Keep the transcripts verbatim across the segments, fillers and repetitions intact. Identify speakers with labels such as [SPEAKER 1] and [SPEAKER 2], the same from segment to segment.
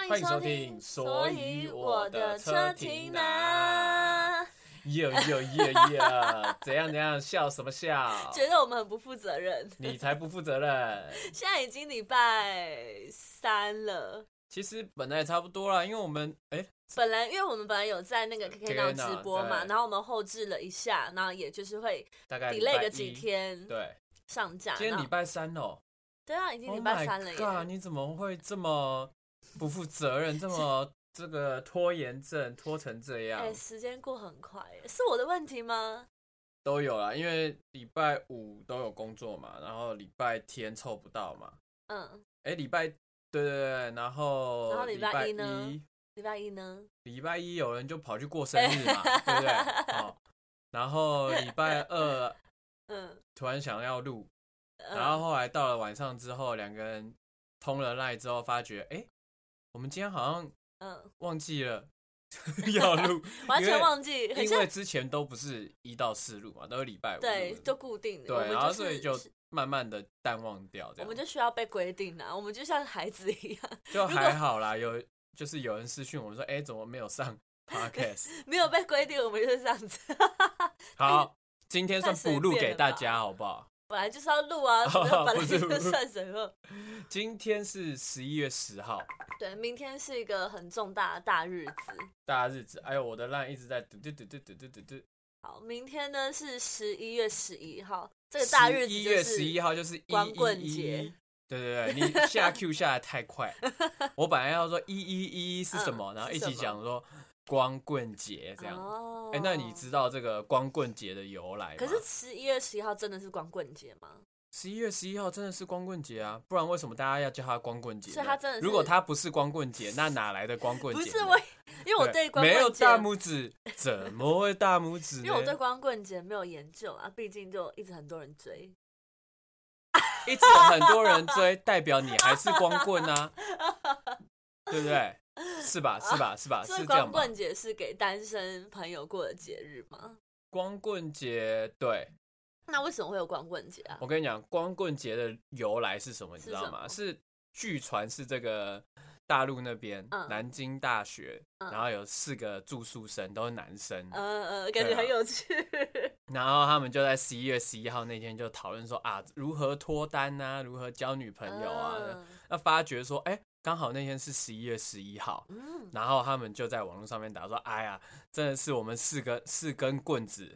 [SPEAKER 1] 欢迎收听，所以我的车停哪？耶耶耶耶！怎样怎样？笑什么笑？
[SPEAKER 2] 觉得我们很不负责任。
[SPEAKER 1] 你才不负责任！
[SPEAKER 2] 现在已经礼拜三了。
[SPEAKER 1] 其实本来也差不多啦，因为我们哎、欸，
[SPEAKER 2] 本来因为我们本来有在那个 K K Now 直播嘛，然后我们后置了一下，然后也就是会 delay 个几天，
[SPEAKER 1] 对，
[SPEAKER 2] 上架。
[SPEAKER 1] 今天礼拜三哦。
[SPEAKER 2] 对啊，已经礼拜三了耶。
[SPEAKER 1] Oh my God， 你怎么会这么不负责任，这么这个拖延症拖成这样？
[SPEAKER 2] 哎、欸，时间过很快耶，是我的问题吗？
[SPEAKER 1] 都有啦，因为礼拜五都有工作嘛，然后礼拜天凑不到嘛。嗯。哎、欸，礼拜对对对，然后
[SPEAKER 2] 然后礼拜一呢？礼拜一呢？
[SPEAKER 1] 礼拜一有人就跑去过生日嘛，对不对？哦。然后礼拜二，嗯，突然想要录。然后后来到了晚上之后，两个人通了赖之后，发觉哎，我们今天好像嗯忘记了要录，
[SPEAKER 2] 完全忘记，
[SPEAKER 1] 因为之前都不是一到四录嘛，都是礼拜五，
[SPEAKER 2] 对，就固定的，
[SPEAKER 1] 对，
[SPEAKER 2] 我们就是、
[SPEAKER 1] 然后所以就慢慢的淡忘掉，这样
[SPEAKER 2] 我们就需要被规定啦，我们就像孩子一样，
[SPEAKER 1] 就还好啦，有就是有人私讯我们说，哎，怎么没有上 podcast？
[SPEAKER 2] 没有被规定，我们就是这样子。
[SPEAKER 1] 好，今天算补录给大家，好不好？
[SPEAKER 2] 本来就是要录啊，哦、本来就是算什么？
[SPEAKER 1] 今天是十一月十号，
[SPEAKER 2] 对，明天是一个很重大的大日子。
[SPEAKER 1] 大日子，哎呦，我的烂一直在嘟嘟嘟嘟嘟嘟嘟嘟。
[SPEAKER 2] 好，明天呢是十一月十一号，这个大日子
[SPEAKER 1] 十一月十一号就是
[SPEAKER 2] 光棍节。
[SPEAKER 1] 对对对，你下 Q 下来太快，我本来要说一一一是什么，嗯、然后一起讲说光棍节这样。哦，哎，那你知道这个光棍节的由来吗？
[SPEAKER 2] 可是十一月十一号真的是光棍节吗？
[SPEAKER 1] 十一月十一号真的是光棍节啊，不然为什么大家要叫它光棍节？
[SPEAKER 2] 所以它真的是，
[SPEAKER 1] 如果它不是光棍节，那哪来的光棍节？
[SPEAKER 2] 不是我，因为我对光棍节
[SPEAKER 1] 没有大拇指，怎么会大拇指呢？
[SPEAKER 2] 因为我对光棍节没有研究啊，毕竟就一直很多人追，
[SPEAKER 1] 一直有很多人追，代表你还是光棍啊，对不对？是吧？是吧？是吧？是这样吧？
[SPEAKER 2] 光棍节是给单身朋友过的节日吗？
[SPEAKER 1] 光棍节，对。
[SPEAKER 2] 那为什么会有光棍节啊？
[SPEAKER 1] 我跟你讲，光棍节的由来是什么？你知道吗？是据传是这个大陆那边、嗯、南京大学、嗯，然后有四个住宿生都是男生，
[SPEAKER 2] 嗯嗯，感觉很有趣。
[SPEAKER 1] 然后他们就在十一月十一号那天就讨论说啊，如何脱单啊，如何交女朋友啊。嗯、那发觉说，哎、欸。刚好那天是十一月十一号、嗯，然后他们就在网络上面打说：“哎呀，真的是我们四根四根棍子。”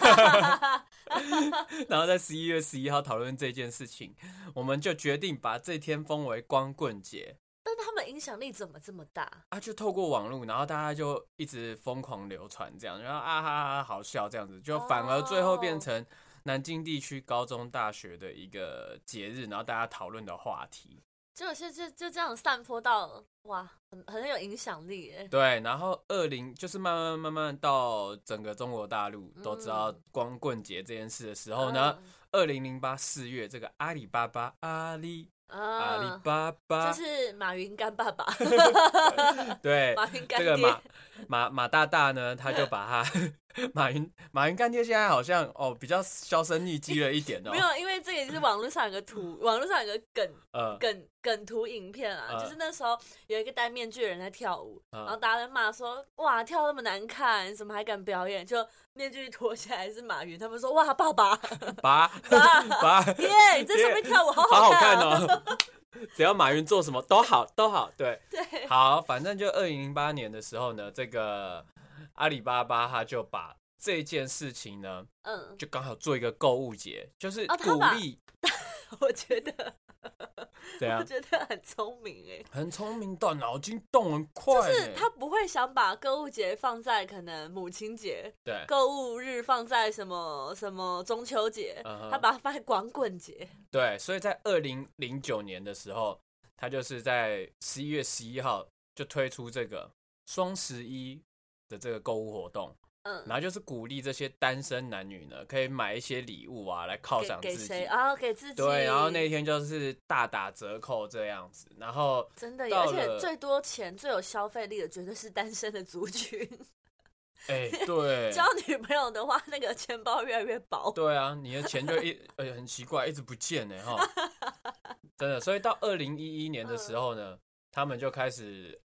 [SPEAKER 1] 然后在十一月十一号讨论这件事情，我们就决定把这天封为光棍节。
[SPEAKER 2] 但他们影响力怎么这么大
[SPEAKER 1] 啊？就透过网络，然后大家就一直疯狂流传这样，然后啊哈哈好笑这样子，就反而最后变成南京地区高中大学的一个节日，然后大家讨论的话题。
[SPEAKER 2] 就就就就这样散播到哇，很很有影响力耶。
[SPEAKER 1] 对，然后二零就是慢慢慢慢到整个中国大陆都知道光棍节这件事的时候呢，二零零八四月这个阿里巴巴阿里。啊、阿里巴巴
[SPEAKER 2] 就是马云干爸爸
[SPEAKER 1] 对，
[SPEAKER 2] 马云干爹
[SPEAKER 1] 这个马马马大大呢，他就把他马云马云干爹现在好像哦比较销声匿迹了一点哦。
[SPEAKER 2] 没有，因为这个是网络上有个图，网络上有个梗、呃、梗梗图影片啊、呃，就是那时候有一个戴面具的人在跳舞，呃、然后大家在骂说哇跳那么难看，怎么还敢表演？就面具脱下来是马云，他们说哇爸爸
[SPEAKER 1] 爸爸爸
[SPEAKER 2] 耶，你在上面跳舞好
[SPEAKER 1] 好
[SPEAKER 2] 看、
[SPEAKER 1] 啊、好看哦。只要马云做什么都好都好，对
[SPEAKER 2] 对，
[SPEAKER 1] 好，反正就二零零八年的时候呢，这个阿里巴巴他就把这件事情呢，嗯，就刚好做一个购物节，就是鼓励、
[SPEAKER 2] 哦。我觉得，
[SPEAKER 1] 对啊，
[SPEAKER 2] 我觉得很聪明哎，
[SPEAKER 1] 很聪明的，脑筋动很快。
[SPEAKER 2] 就是他不会想把购物节放在可能母亲节，
[SPEAKER 1] 对，
[SPEAKER 2] 购物日放在什么什么中秋节，嗯、他把它放在光棍节。
[SPEAKER 1] 对，所以在二零零九年的时候，他就是在十一月十一号就推出这个双十一的这个购物活动。嗯，然后就是鼓励这些单身男女呢，可以买一些礼物啊，来犒赏自己。
[SPEAKER 2] 给谁啊？给自己。
[SPEAKER 1] 对，然后那天就是大打折扣这样子，然后
[SPEAKER 2] 真的，而且最多钱、最有消费力的绝对是单身的族群。
[SPEAKER 1] 哎、欸，对，
[SPEAKER 2] 交女朋友的话，那个钱包越来越薄。
[SPEAKER 1] 对啊，你的钱就一，呃、欸，很奇怪，一直不见呢，哈。真的，所以到二零一一年的时候呢，嗯、他们就开始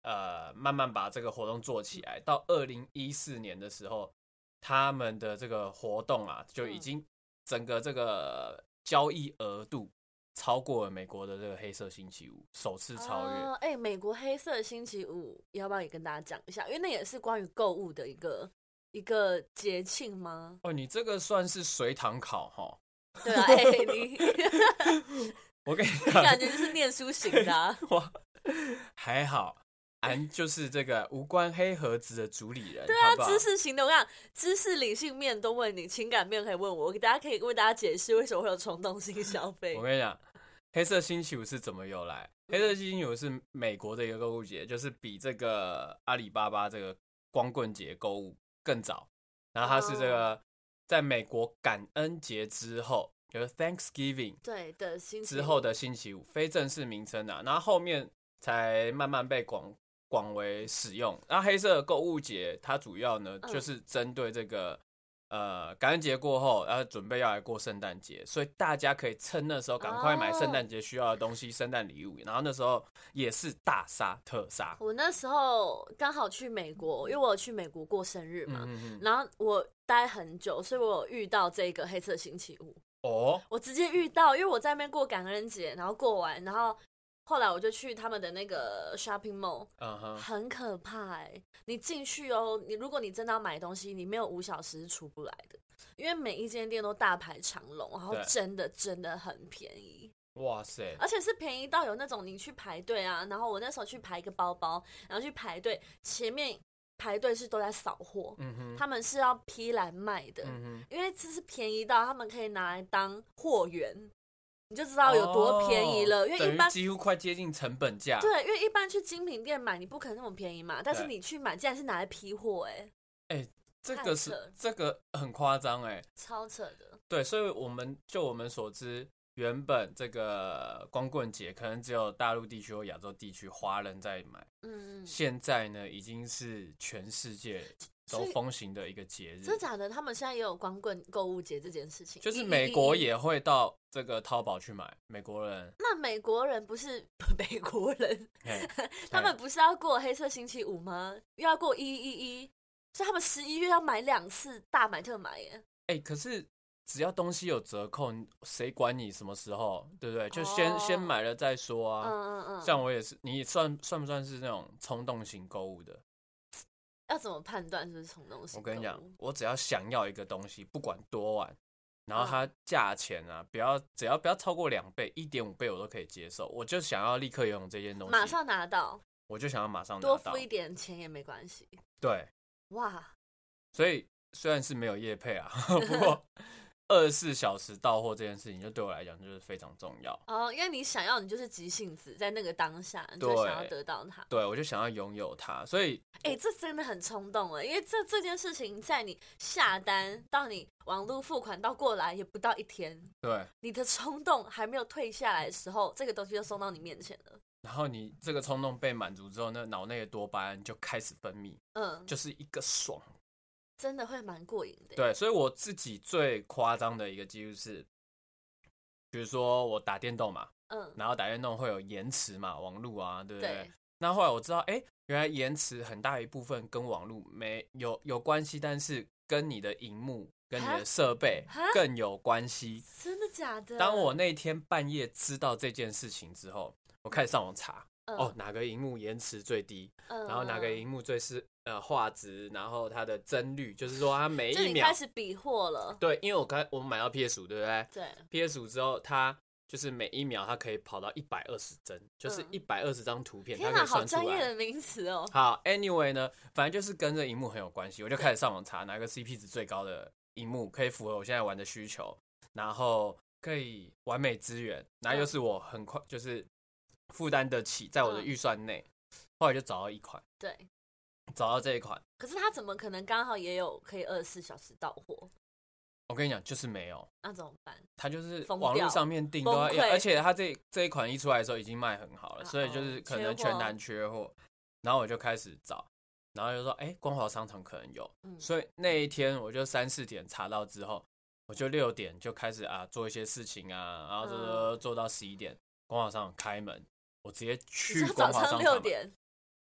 [SPEAKER 1] 呃慢慢把这个活动做起来。到二零一四年的时候，他们的这个活动啊，就已经整个这个交易额度超过了美国的这个黑色星期五，首次超越。
[SPEAKER 2] 哎、呃欸，美国黑色星期五要不要也跟大家讲一下？因为那也是关于购物的一个一个节庆吗？
[SPEAKER 1] 哦，你这个算是随堂考哈。
[SPEAKER 2] 对啊，哎、欸，你
[SPEAKER 1] 我跟你
[SPEAKER 2] 讲，你感觉就是念书型的、啊。
[SPEAKER 1] 哇，还好，俺就是这个无关黑盒子的主理人。
[SPEAKER 2] 对啊，
[SPEAKER 1] 好不好？
[SPEAKER 2] 知识型的，我讲知识理性面都问你，情感面可以问我，我大家可以为大家解释为什么会有冲动性消费。
[SPEAKER 1] 我跟你讲，黑色星期五是怎么由来？黑色星期五是美国的一个购物节，就是比这个阿里巴巴这个光棍节购物更早。然后它是这个在美国感恩节之后，就是 Thanksgiving
[SPEAKER 2] 对的星期
[SPEAKER 1] 之后的星期五，非正式名称啊。然后后面才慢慢被广广为使用。然后黑色购物节它主要呢、嗯、就是针对这个呃感恩节过后，然后准备要来过圣诞节，所以大家可以趁那时候赶快买圣诞节需要的东西、圣诞礼物。然后那时候也是大杀特杀。
[SPEAKER 2] 我那时候刚好去美国，因为我有去美国过生日嘛，
[SPEAKER 1] 嗯嗯
[SPEAKER 2] 然后我待很久，所以我有遇到这个黑色星期五。
[SPEAKER 1] 哦，
[SPEAKER 2] 我直接遇到，因为我在那边过感恩节，然后过完，然后后来我就去他们的那个 shopping mall，、uh-huh. 很可怕哎、欸！你进去哦，你如果你真的要买东西，你没有五小时是出不来的，因为每一间店都大排长龙，然后真的真的很便宜。
[SPEAKER 1] 哇塞！
[SPEAKER 2] 而且是便宜到有那种你去排队啊，然后我那时候去排一个包包，然后去排队，前面排队是都在扫货、嗯，他们是要批来卖的、嗯，因为这是便宜到他们可以拿来当货源，你就知道有多便宜了。哦、因为一般
[SPEAKER 1] 几乎快接近成本价。
[SPEAKER 2] 对，因为一般去精品店买，你不可能那么便宜嘛。但是你去买，竟然是拿来批货、欸，哎，
[SPEAKER 1] 哎，这个是这个很夸张，哎，
[SPEAKER 2] 超扯的。
[SPEAKER 1] 对，所以我们就我们所知。原本这个光棍节可能只有大陆地区或亚洲地区华人在买，嗯，现在呢已经是全世界都风行的一个节日。
[SPEAKER 2] 真的假的？他们现在也有光棍购物节这件事情，
[SPEAKER 1] 就是美国也会到这个淘宝去买。美国人
[SPEAKER 2] 那美国人不是美国人，他们不是要过黑色星期五吗？又要过一一一，所以他们十一月要买两次，大买特买耶。
[SPEAKER 1] 哎、欸，可是。只要东西有折扣，谁管你什么时候，对不对？就先、oh. 先买了再说啊。嗯嗯嗯。像我也是，你算算不算是那种冲动型购物的？
[SPEAKER 2] 要怎么判断是不是冲动型购物？
[SPEAKER 1] 我跟你讲，我只要想要一个东西，不管多晚，然后它价钱啊，不要只要不要超过两倍、一点五倍，我都可以接受。我就想要立刻拥有这件东西，
[SPEAKER 2] 马上拿到。
[SPEAKER 1] 我就想要马上拿到，
[SPEAKER 2] 多付一点钱也没关系。
[SPEAKER 1] 对。
[SPEAKER 2] 哇。
[SPEAKER 1] 所以虽然是没有业配啊，不过。二十四小时到货这件事情，就对我来讲就是非常重要
[SPEAKER 2] 哦，因为你想要，你就是急性子，在那个当下，你就想要得到它。
[SPEAKER 1] 对，我就想要拥有它，所以，
[SPEAKER 2] 哎、欸，这真的很冲动了，因为这这件事情在你下单到你网络付款到过来也不到一天，
[SPEAKER 1] 对，
[SPEAKER 2] 你的冲动还没有退下来的时候，这个东西就送到你面前了。
[SPEAKER 1] 然后你这个冲动被满足之后，那脑内的多巴胺就开始分泌，嗯，就是一个爽。
[SPEAKER 2] 真的会蛮过瘾的。
[SPEAKER 1] 对，所以我自己最夸张的一个记录是，比如说我打电动嘛，嗯，然后打电动会有延迟嘛，网路啊，对不对？对。那后来我知道，哎、欸，原来延迟很大一部分跟网路没有有关系，但是跟你的萤幕、跟你的设备更有关系。
[SPEAKER 2] 真的假的？
[SPEAKER 1] 当我那天半夜知道这件事情之后，我开始上网查。嗯、哦，哪个萤幕延迟最低？嗯、然后哪个萤幕最是呃画质，然后它的帧率，就是说它每一秒
[SPEAKER 2] 开始比货了。
[SPEAKER 1] 对，因为我刚我们买到 P S 五，对不对？
[SPEAKER 2] 对。
[SPEAKER 1] P S 五之后，它就是每一秒它可以跑到一百二十帧，就是一百二十张图片，它可以算出来。
[SPEAKER 2] 好专业的名词哦。
[SPEAKER 1] 好 ，Anyway 呢，反正就是跟这萤幕很有关系，我就开始上网查哪个 C P 值最高的萤幕可以符合我现在玩的需求，然后可以完美支援，然后又是我很快就是。负担得起，在我的预算内、嗯，后来就找到一款，
[SPEAKER 2] 对，
[SPEAKER 1] 找到这一款。
[SPEAKER 2] 可是它怎么可能刚好也有可以二十四小时到货？
[SPEAKER 1] 我跟你讲，就是没有。
[SPEAKER 2] 那怎么办？
[SPEAKER 1] 它就是网络上面订都要，而且它这这一款一出来的时候已经卖很好了，所以就是可能全南缺货。然后我就开始找，然后就说，哎、欸，光华商场可能有、嗯，所以那一天我就三四点查到之后，我就六点就开始啊做一些事情啊，然后就做到十一点，光华商场开门。我直接去光华商场，
[SPEAKER 2] 六点，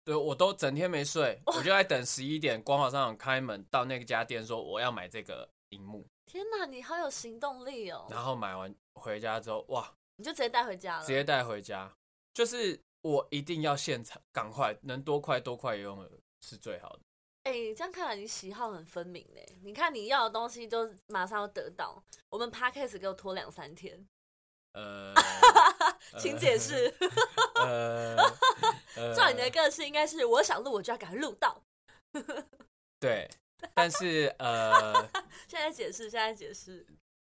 [SPEAKER 1] 对，我都整天没睡，我就在等十一点光华商场开门，到那家店说我要买这个萤幕。
[SPEAKER 2] 天哪，你好有行动力哦！
[SPEAKER 1] 然后买完回家之后，哇，
[SPEAKER 2] 你就直接带回家了？
[SPEAKER 1] 直接带回家，就是我一定要现场，赶快，能多快多快用的是最好的。
[SPEAKER 2] 哎、欸，这样看来你喜好很分明嘞。你看你要的东西都马上要得到，我们 podcast 给我拖两三天。呃，请解释。呃，照你的个性，应该是我想录我就要赶快录到。
[SPEAKER 1] 对，但是呃，
[SPEAKER 2] 现在解释，现在解释。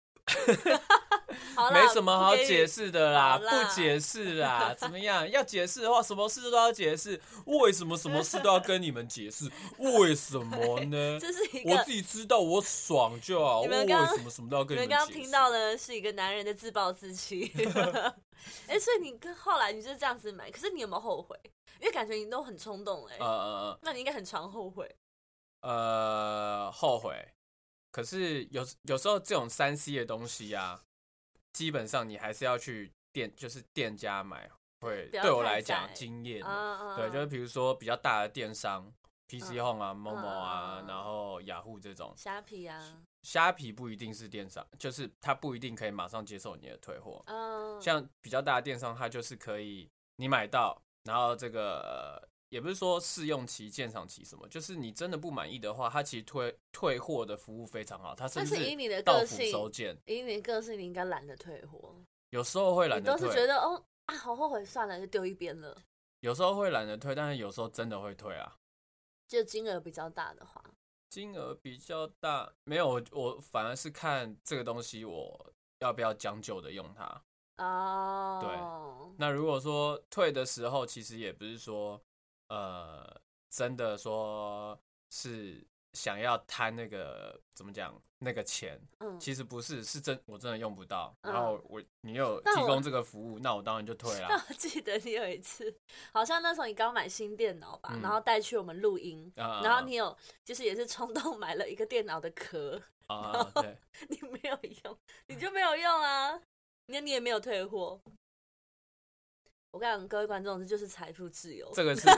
[SPEAKER 1] 好啦，没什么好解释的啦，不解释啦，怎么样？要解释的话，什么事都要解释。为什么什么事都要跟你们解释？为什么呢？
[SPEAKER 2] 这是一个
[SPEAKER 1] 我自己知道，我爽就好。为什么什么都要跟你们解释？
[SPEAKER 2] 你们刚刚听到的是一个男人的自暴自弃。哎、欸，所以你跟后来你就是这样子买，可是你有没有后悔？因为感觉你都很冲动哎、欸。呃，那你应该很常后悔。
[SPEAKER 1] 呃，后悔。可是有有时候这种三 C 的东西啊，基本上你还是要去店，就是店家买，会对我来讲经验。Uh, uh, 对，就是比如说比较大的电商 ，P C Home 啊、某某啊， uh, 然后雅虎这种。
[SPEAKER 2] 虾皮啊。
[SPEAKER 1] 虾皮不一定是电商，就是它不一定可以马上接受你的退货。
[SPEAKER 2] Uh,
[SPEAKER 1] 像比较大的电商，它就是可以你买到，然后这个。呃也不是说试用期、鉴赏期什么，就是你真的不满意的话，它其实退退货的服务非常好，它甚至到府收件。
[SPEAKER 2] 以你的个性，你应该懒得退货。
[SPEAKER 1] 有时候会懒得退，
[SPEAKER 2] 你都是觉得哦啊，好后悔，算了，就丢一边了。
[SPEAKER 1] 有时候会懒得退，但是有时候真的会退啊。
[SPEAKER 2] 就金额比较大的话，
[SPEAKER 1] 金额比较大，没有我我反而是看这个东西我要不要将就的用它。哦，对。那如果说退的时候，其实也不是说。呃，真的说是想要贪那个怎么讲那个钱，嗯，其实不是，是真我真的用不到，嗯、然后我你有提供这个服务，那我当然就退了。
[SPEAKER 2] 但我记得你有一次，好像那时候你刚买新电脑吧，嗯、然后带去我们录音，嗯、然后你有就是也是冲动买了一个电脑的壳，
[SPEAKER 1] 啊，对，
[SPEAKER 2] 你没有用，你就没有用啊，那你也没有退货。我跟你讲，各位观众，这就是财富自由。
[SPEAKER 1] 这个是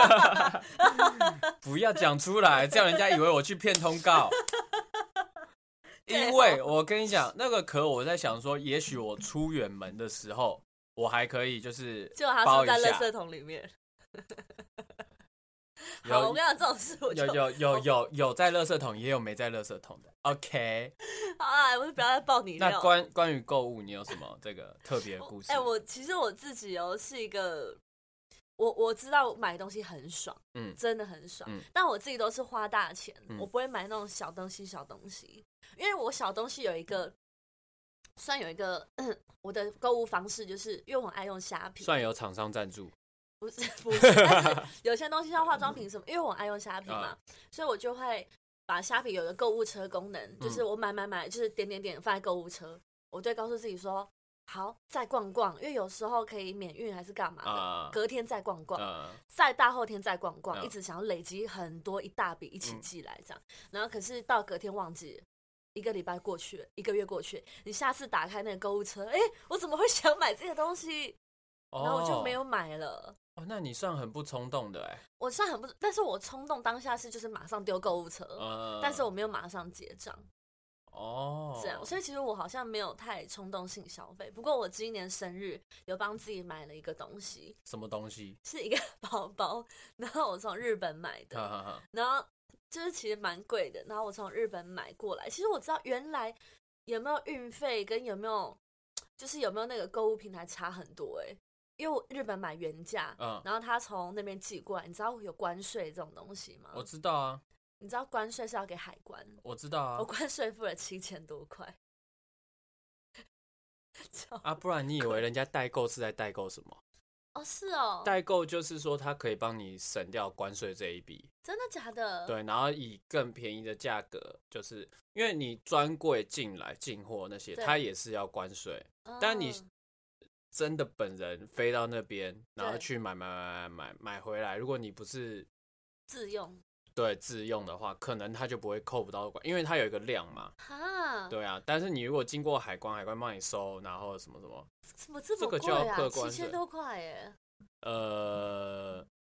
[SPEAKER 1] 不要讲出来，这样人家以为我去骗通告。因为我跟你讲，那个壳，我在想说，也许我出远门的时候，我还可以就是包一下。
[SPEAKER 2] 就它是在垃圾桶里面。好，我跟你讲，这种事我就
[SPEAKER 1] 有有有有有在垃圾桶，也有没在垃圾桶的。OK，
[SPEAKER 2] 好啊，我就不要再爆你料。
[SPEAKER 1] 那关关于购物，你有什么这个特别的故事？
[SPEAKER 2] 哎、欸，我其实我自己哦是一个，我我知道买东西很爽，嗯，真的很爽，嗯，但我自己都是花大钱，嗯、我不会买那种小东西小东西，因为我小东西有一个。算有一个、嗯、我的购物方式，就是因为我很爱用虾皮，
[SPEAKER 1] 算有厂商赞助。
[SPEAKER 2] 不是不是，但是有些东西像化妆品什么，因为我爱用虾皮嘛，啊、所以我就会把虾皮有个购物车功能，嗯、就是我买买买，就是点点点放在购物车，我就会告诉自己说，好再逛逛，因为有时候可以免运还是干嘛的，啊、隔天再逛逛，啊、再大后天再逛逛，啊、一直想要累积很多一大笔一起寄来这样，嗯、然后可是到隔天忘记了。一个礼拜过去了，一个月过去，你下次打开那个购物车，哎，我怎么会想买这个东西？哦、然后我就没有买了。
[SPEAKER 1] 哦，那你算很不冲动的哎。
[SPEAKER 2] 我算很不，但是我冲动当下是就是马上丢购物车，呃、但是我没有马上结账。哦，这样，所以其实我好像没有太冲动性消费。不过我今年生日有帮自己买了一个东西。
[SPEAKER 1] 什么东西？
[SPEAKER 2] 是一个包包，然后我从日本买的，哈哈哈然后。就是其实蛮贵的，然后我从日本买过来。其实我知道原来有没有运费跟有没有，就是有没有那个购物平台差很多哎、欸。因为我日本买原价，嗯，然后他从那边寄过来，你知道有关税这种东西吗？
[SPEAKER 1] 我知道啊。
[SPEAKER 2] 你知道关税是要给海关？
[SPEAKER 1] 我知道啊。
[SPEAKER 2] 我关税付了七千多块。
[SPEAKER 1] 啊，不然你以为人家代购是在代购什么？
[SPEAKER 2] 哦，是哦，
[SPEAKER 1] 代购就是说它可以帮你省掉关税这一笔，
[SPEAKER 2] 真的假的？
[SPEAKER 1] 对，然后以更便宜的价格，就是因为你专柜进来进货那些，它也是要关税，嗯、但你真的本人飞到那边，然后去买买买买买买回来，如果你不是
[SPEAKER 2] 自用，
[SPEAKER 1] 对自用的话，可能它就不会扣不到关，因为它有一个量嘛。哈，对啊，但是你如果经过海关，海关帮你收，然后什么什么。
[SPEAKER 2] 怎么这么贵啊？七千多块耶！
[SPEAKER 1] 呃，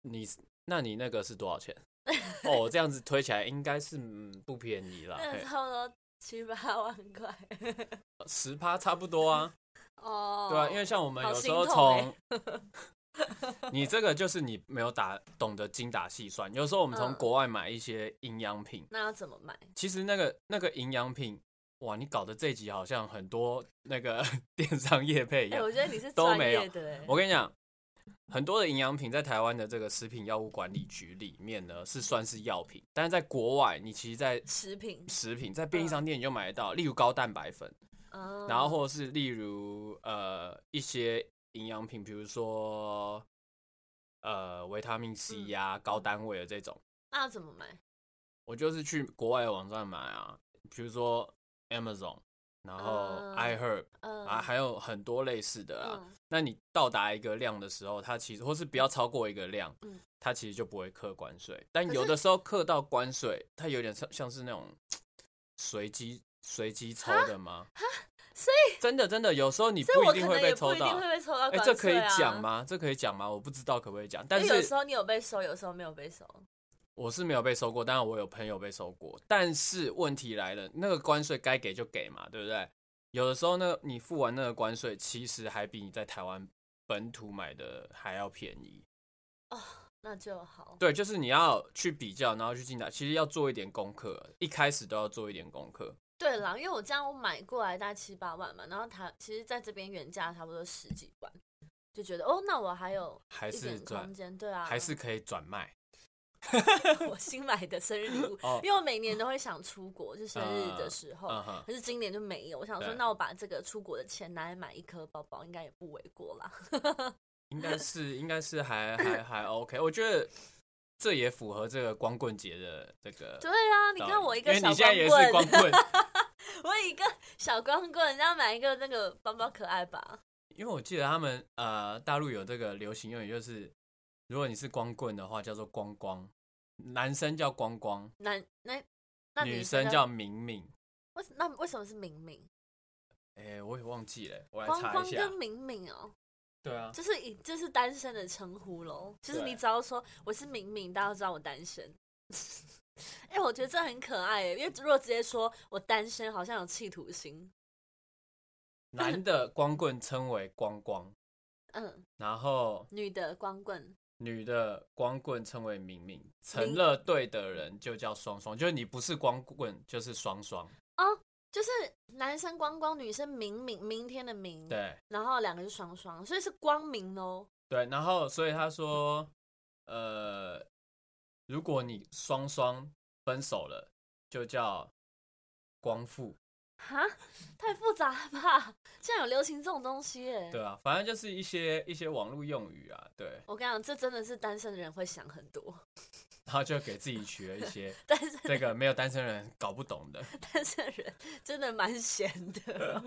[SPEAKER 1] 你那你那个是多少钱？哦，这样子推起来应该是、嗯、不便宜啦，
[SPEAKER 2] 那差不多七八万块，
[SPEAKER 1] 十趴差不多啊。
[SPEAKER 2] 哦，
[SPEAKER 1] 对啊，因为像我们有时候从，你这个就是你没有打懂得精打细算。有时候我们从国外买一些营养品、嗯，
[SPEAKER 2] 那要怎么买？
[SPEAKER 1] 其实那个那个营养品，哇，你搞的这集好像很多那个电商业配一样、
[SPEAKER 2] 欸。我觉得你是专业的、欸。
[SPEAKER 1] 我跟你讲，很多的营养品在台湾的这个食品药物管理局里面呢，是算是药品，但是在国外，你其实在
[SPEAKER 2] 食品
[SPEAKER 1] 食品在便利商店你就买得到，嗯、例如高蛋白粉。
[SPEAKER 2] 嗯、
[SPEAKER 1] 然后或者是例如呃一些营养品，比如说呃维他命 C 呀、啊嗯、高单位的这种，
[SPEAKER 2] 那要怎么买？
[SPEAKER 1] 我就是去国外的网站买啊，比如说 Amazon， 然后 iHerb，
[SPEAKER 2] 嗯、
[SPEAKER 1] 啊还有很多类似的啊、嗯。那你到达一个量的时候，它其实或是不要超过一个量，嗯、它其实就不会课关税。但有的时候课到关税，它有点像像是那种随机。随机抽的吗？
[SPEAKER 2] 所以
[SPEAKER 1] 真的真的，有时候你不一定会被抽到。
[SPEAKER 2] 哎、
[SPEAKER 1] 欸，这可以讲吗？这可以讲吗？我不知道可不可以讲。但是
[SPEAKER 2] 有时候你有被收，有时候没有被收。
[SPEAKER 1] 我是没有被收过，当然我有朋友被收过。但是问题来了，那个关税该给就给嘛，对不对？有的时候呢，你付完那个关税，其实还比你在台湾本土买的还要便宜。
[SPEAKER 2] 哦，那就好。
[SPEAKER 1] 对，就是你要去比较，然后去精打，其实要做一点功课，一开始都要做一点功课。
[SPEAKER 2] 对啦，因为我这样我买过来大概七八万嘛，然后它其实在这边原价差不多十几万，就觉得哦，那我还有一点空间，对啊，
[SPEAKER 1] 还是可以转卖。
[SPEAKER 2] 我新买的生日礼物，哦、因为我每年都会想出国，就生日的时候，嗯、可是今年就没有。我想说，那我把这个出国的钱拿来买一颗包包，应该也不为过啦。
[SPEAKER 1] 应该是，应该是还还还 OK， 我觉得。这也符合这个光棍节的这个。
[SPEAKER 2] 对啊，你看我一个小光棍，
[SPEAKER 1] 因为你现在也是光棍，
[SPEAKER 2] 我一个小光棍，人家买一个那个包包可爱吧？
[SPEAKER 1] 因为我记得他们呃大陆有这个流行用语，就是如果你是光棍的话，叫做光光，男生叫光光，
[SPEAKER 2] 男那那
[SPEAKER 1] 女生叫明明。
[SPEAKER 2] 为那为什么是明明？
[SPEAKER 1] 哎、欸，我也忘记了，我来查一下。
[SPEAKER 2] 光光跟明明哦。
[SPEAKER 1] 对啊，
[SPEAKER 2] 就是以这是单身的称呼咯，就是你只要说我是明明，大家都知道我单身。哎、欸，我觉得这很可爱耶，因为如果直接说我单身，好像有企图心。
[SPEAKER 1] 男的光棍称为光光，嗯，然后
[SPEAKER 2] 女的光棍，
[SPEAKER 1] 女的光棍称为明明，成了对的人就叫双双，就是你不是光棍就是双双
[SPEAKER 2] 哦。就是男生光光，女生明明，明天的明，
[SPEAKER 1] 对，
[SPEAKER 2] 然后两个是双双，所以是光明咯。
[SPEAKER 1] 对，然后所以他说，呃，如果你双双分手了，就叫光复。
[SPEAKER 2] 哈，太复杂了吧？竟然有流行这种东西耶？
[SPEAKER 1] 对啊，反正就是一些一些网络用语啊。对，
[SPEAKER 2] 我跟你讲，这真的是单身的人会想很多。
[SPEAKER 1] 然后就给自己取了一些这个没有单身人搞不懂的。
[SPEAKER 2] 单身人真的蛮闲的。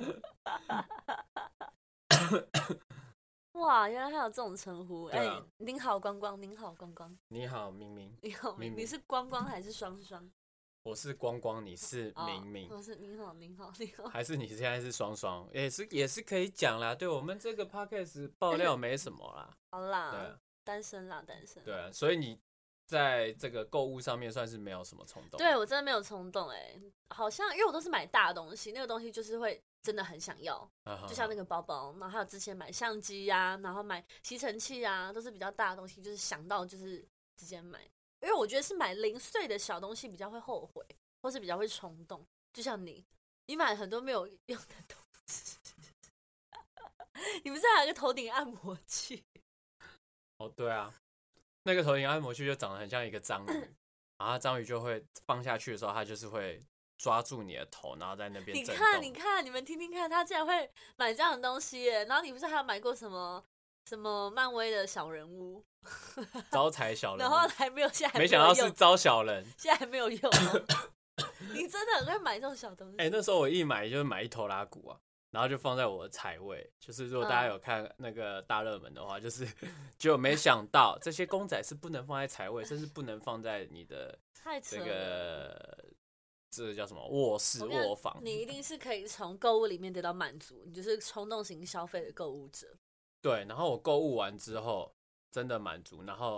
[SPEAKER 2] 哇，原来还有这种称呼。哎、啊欸，您好光光，您好光光，
[SPEAKER 1] 你好明明，
[SPEAKER 2] 你好明明，你是光光还是双双？
[SPEAKER 1] 我是光光，你是明明。
[SPEAKER 2] 哦、我是您好您好您好。
[SPEAKER 1] 还是你现在是双双？也是也是可以讲啦。对，我们这个 podcast 爆料没什么啦。
[SPEAKER 2] 好啦，对、啊，单身啦单身。
[SPEAKER 1] 对啊，所以你。在这个购物上面算是没有什么冲动。
[SPEAKER 2] 对，我真的没有冲动哎、欸，好像因为我都是买大东西，那个东西就是会真的很想要，啊、就像那个包包，然后还有之前买相机呀、啊，然后买吸尘器啊，都是比较大的东西，就是想到就是直接买，因为我觉得是买零碎的小东西比较会后悔，或是比较会冲动。就像你，你买很多没有用的东西，你不是还有一个头顶按摩器？
[SPEAKER 1] 哦，对啊。那个头顶按摩器就长得很像一个章鱼，然后章鱼就会放下去的时候，它就是会抓住你的头，然后在那边震动。
[SPEAKER 2] 你看，你看，你们听听看，他竟然会买这样的东西耶！然后你不是还有买过什么什么漫威的小人物？
[SPEAKER 1] 招财小人物，
[SPEAKER 2] 然后还没有，现在还没有
[SPEAKER 1] 没想到是招小人，
[SPEAKER 2] 现在还没有用。你真的很会买这种小东西。
[SPEAKER 1] 哎、欸，那时候我一买就是买一头拉骨啊。然后就放在我的财位，就是如果大家有看那个大热门的话，嗯、就是就没想到这些公仔是不能放在财位，甚至不能放在你的这个这个叫什么卧室卧房。
[SPEAKER 2] 你一定是可以从购物里面得到满足，你就是冲动型消费的购物者。
[SPEAKER 1] 对，然后我购物完之后真的满足，然后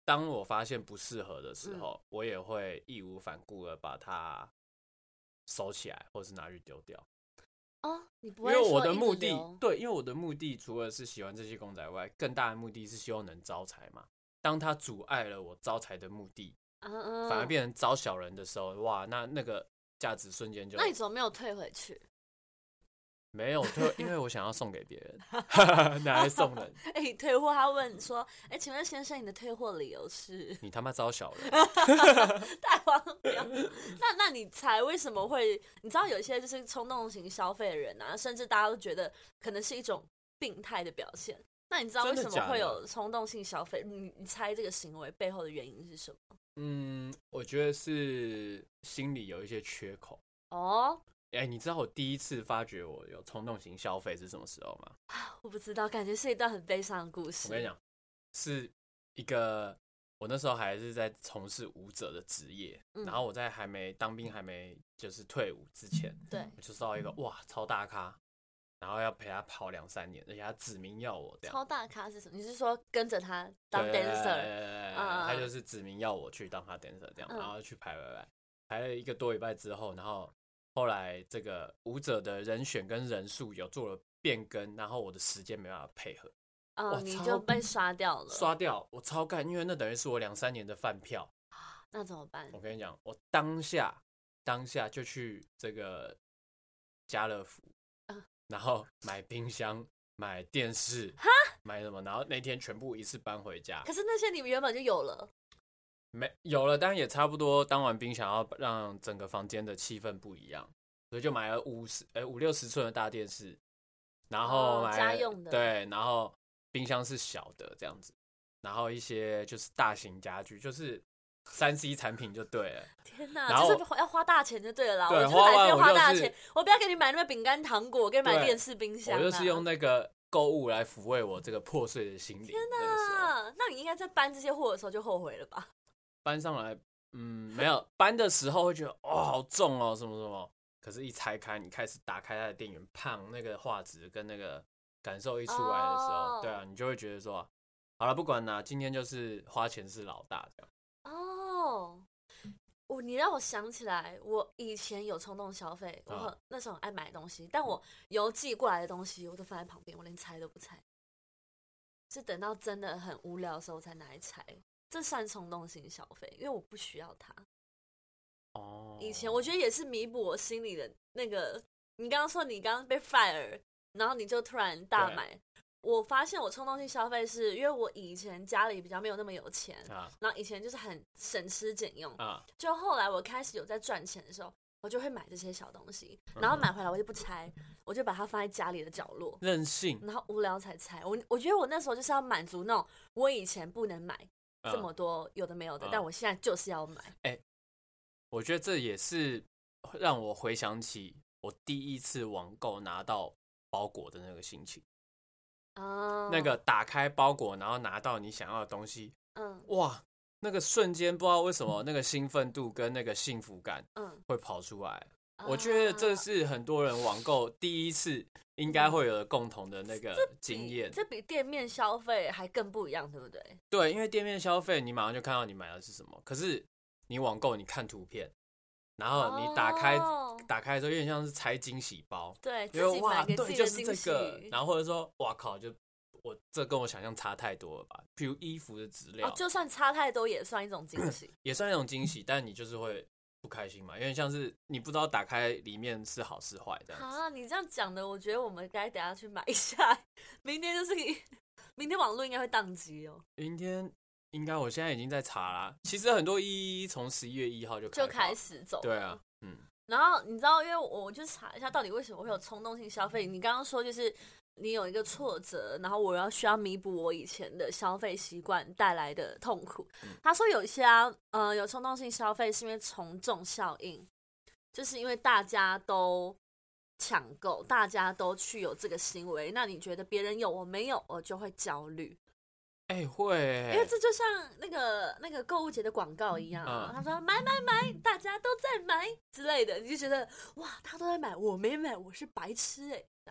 [SPEAKER 1] 当我发现不适合的时候，嗯、我也会义无反顾的把它收起来，或是拿去丢掉。
[SPEAKER 2] 哦，你不会
[SPEAKER 1] 因为我的目的，对，因为我的目的除了是喜欢这些公仔外，更大的目的是希望能招财嘛。当它阻碍了我招财的目的，嗯、反而变成招小人的时候，哇，那那个价值瞬间就……
[SPEAKER 2] 那你怎么没有退回去？
[SPEAKER 1] 没有退，因为我想要送给别人，拿来送人。
[SPEAKER 2] 哎、欸，退货他问说：“哎、欸，请问先生，你的退货理由是？”
[SPEAKER 1] 你他妈招小人，
[SPEAKER 2] 太荒谬。那那你猜为什么会？你知道有一些就是冲动型消费的人啊，甚至大家都觉得可能是一种病态的表现。那你知道为什么会有冲动性消费？你你猜这个行为背后的原因是什么？
[SPEAKER 1] 嗯，我觉得是心里有一些缺口。哦。哎、欸，你知道我第一次发觉我有冲动型消费是什么时候吗？
[SPEAKER 2] 我不知道，感觉是一段很悲伤的故事。
[SPEAKER 1] 我跟你讲，是一个我那时候还是在从事舞者的职业、嗯，然后我在还没当兵、还没就是退伍之前，
[SPEAKER 2] 对，
[SPEAKER 1] 我就收到一个哇超大咖，然后要陪他跑两三年，而且他指名要我这样。
[SPEAKER 2] 超大咖是什么？你是说跟着他当 dancer？
[SPEAKER 1] 啊，他就是指名要我去当他 dancer 这样，然后去排排排，排了一个多礼拜之后，然后。后来这个舞者的人选跟人数有做了变更，然后我的时间没办法配合，
[SPEAKER 2] 哦，你就被刷掉了。
[SPEAKER 1] 刷掉，我超干，因为那等于是我两三年的饭票。
[SPEAKER 2] 那怎么办？
[SPEAKER 1] 我跟你讲，我当下当下就去这个家乐福，嗯、然后买冰箱、买电视，买什么，然后那天全部一次搬回家。
[SPEAKER 2] 可是那些你们原本就有了。
[SPEAKER 1] 没有了，但也差不多。当完兵，想要让整个房间的气氛不一样，所以就买了五十哎五六十寸的大电视，然后买、哦、
[SPEAKER 2] 家用的，
[SPEAKER 1] 对，然后冰箱是小的这样子，然后一些就是大型家具，就是三 C 产品就对了。
[SPEAKER 2] 天哪，然后就是要花大钱就对了啦。
[SPEAKER 1] 对，
[SPEAKER 2] 我就是还是花大
[SPEAKER 1] 钱，
[SPEAKER 2] 我不要给你买那么饼干糖果，我给你买电视冰箱。
[SPEAKER 1] 我就是用那个购物来抚慰我这个破碎的心灵。
[SPEAKER 2] 天哪，那你应该在搬这些货的时候就后悔了吧？
[SPEAKER 1] 搬上来，嗯，没有搬的时候会觉得哦好重哦什么什么，可是一拆开，你开始打开它的电源，胖那个画质跟那个感受一出来的时候， oh. 对啊，你就会觉得说，好了不管啦，今天就是花钱是老大这样。
[SPEAKER 2] 哦，我你让我想起来，我以前有冲动消费，我很、oh. 那时候很爱买东西，但我邮寄过来的东西我都放在旁边，我连拆都不拆，是等到真的很无聊的时候才拿来拆。这算冲动性消费，因为我不需要它。哦、oh. ，以前我觉得也是弥补我心里的那个。你刚刚说你刚刚被 fire， 然后你就突然大买。我发现我冲动性消费是因为我以前家里比较没有那么有钱，啊、然后以前就是很省吃俭用。啊、就后来我开始有在赚钱的时候，我就会买这些小东西，然后买回来我就不拆，我就把它放在家里的角落，
[SPEAKER 1] 任性。
[SPEAKER 2] 然后无聊才拆。我我觉得我那时候就是要满足那种我以前不能买。这么多有的没有的、嗯，但我现在就是要买。
[SPEAKER 1] 哎、欸，我觉得这也是让我回想起我第一次网购拿到包裹的那个心情。哦，那个打开包裹，然后拿到你想要的东西，嗯，哇，那个瞬间不知道为什么那个兴奋度跟那个幸福感，嗯，会跑出来。嗯、我觉得这是很多人网购第一次应该会有的共同的那个经验、嗯。
[SPEAKER 2] 这比店面消费还更不一样，对不对？
[SPEAKER 1] 对，因为店面消费你马上就看到你买的是什么，可是你网购你看图片，然后你打开、哦、打开的时候有点像是拆惊喜包，
[SPEAKER 2] 对，自己买给自己的惊喜。
[SPEAKER 1] 对，就是这个，然后或者说哇靠，就我这跟我想象差太多了吧？比如衣服的质料、
[SPEAKER 2] 哦，就算差太多也算一种惊喜，
[SPEAKER 1] 也算一种惊喜，但你就是会不开心嘛，因为像是你不知道打开里面是好是坏这样子。
[SPEAKER 2] 啊，你这样讲的，我觉得我们该等一下去买一下，明天就是明天网络应该会宕机哦。
[SPEAKER 1] 明天应该我现在已经在查啦，其实很多一一从十一月一号就
[SPEAKER 2] 就开始走了。
[SPEAKER 1] 对啊，嗯。
[SPEAKER 2] 然后你知道，因为我就查一下到底为什么会有冲动性消费。你刚刚说就是你有一个挫折，然后我要需要弥补我以前的消费习惯带来的痛苦。嗯、他说有一些啊，呃，有冲动性消费是因为从众效应，就是因为大家都抢购，大家都去有这个行为，那你觉得别人有我没有，我就会焦虑。
[SPEAKER 1] 哎、欸，会、欸，
[SPEAKER 2] 因为这就像那个那个购物节的广告一样、啊嗯，他说买买买，大家都在买之类的，你就觉得哇，他都在买，我没买，我是白痴哎、欸，这样。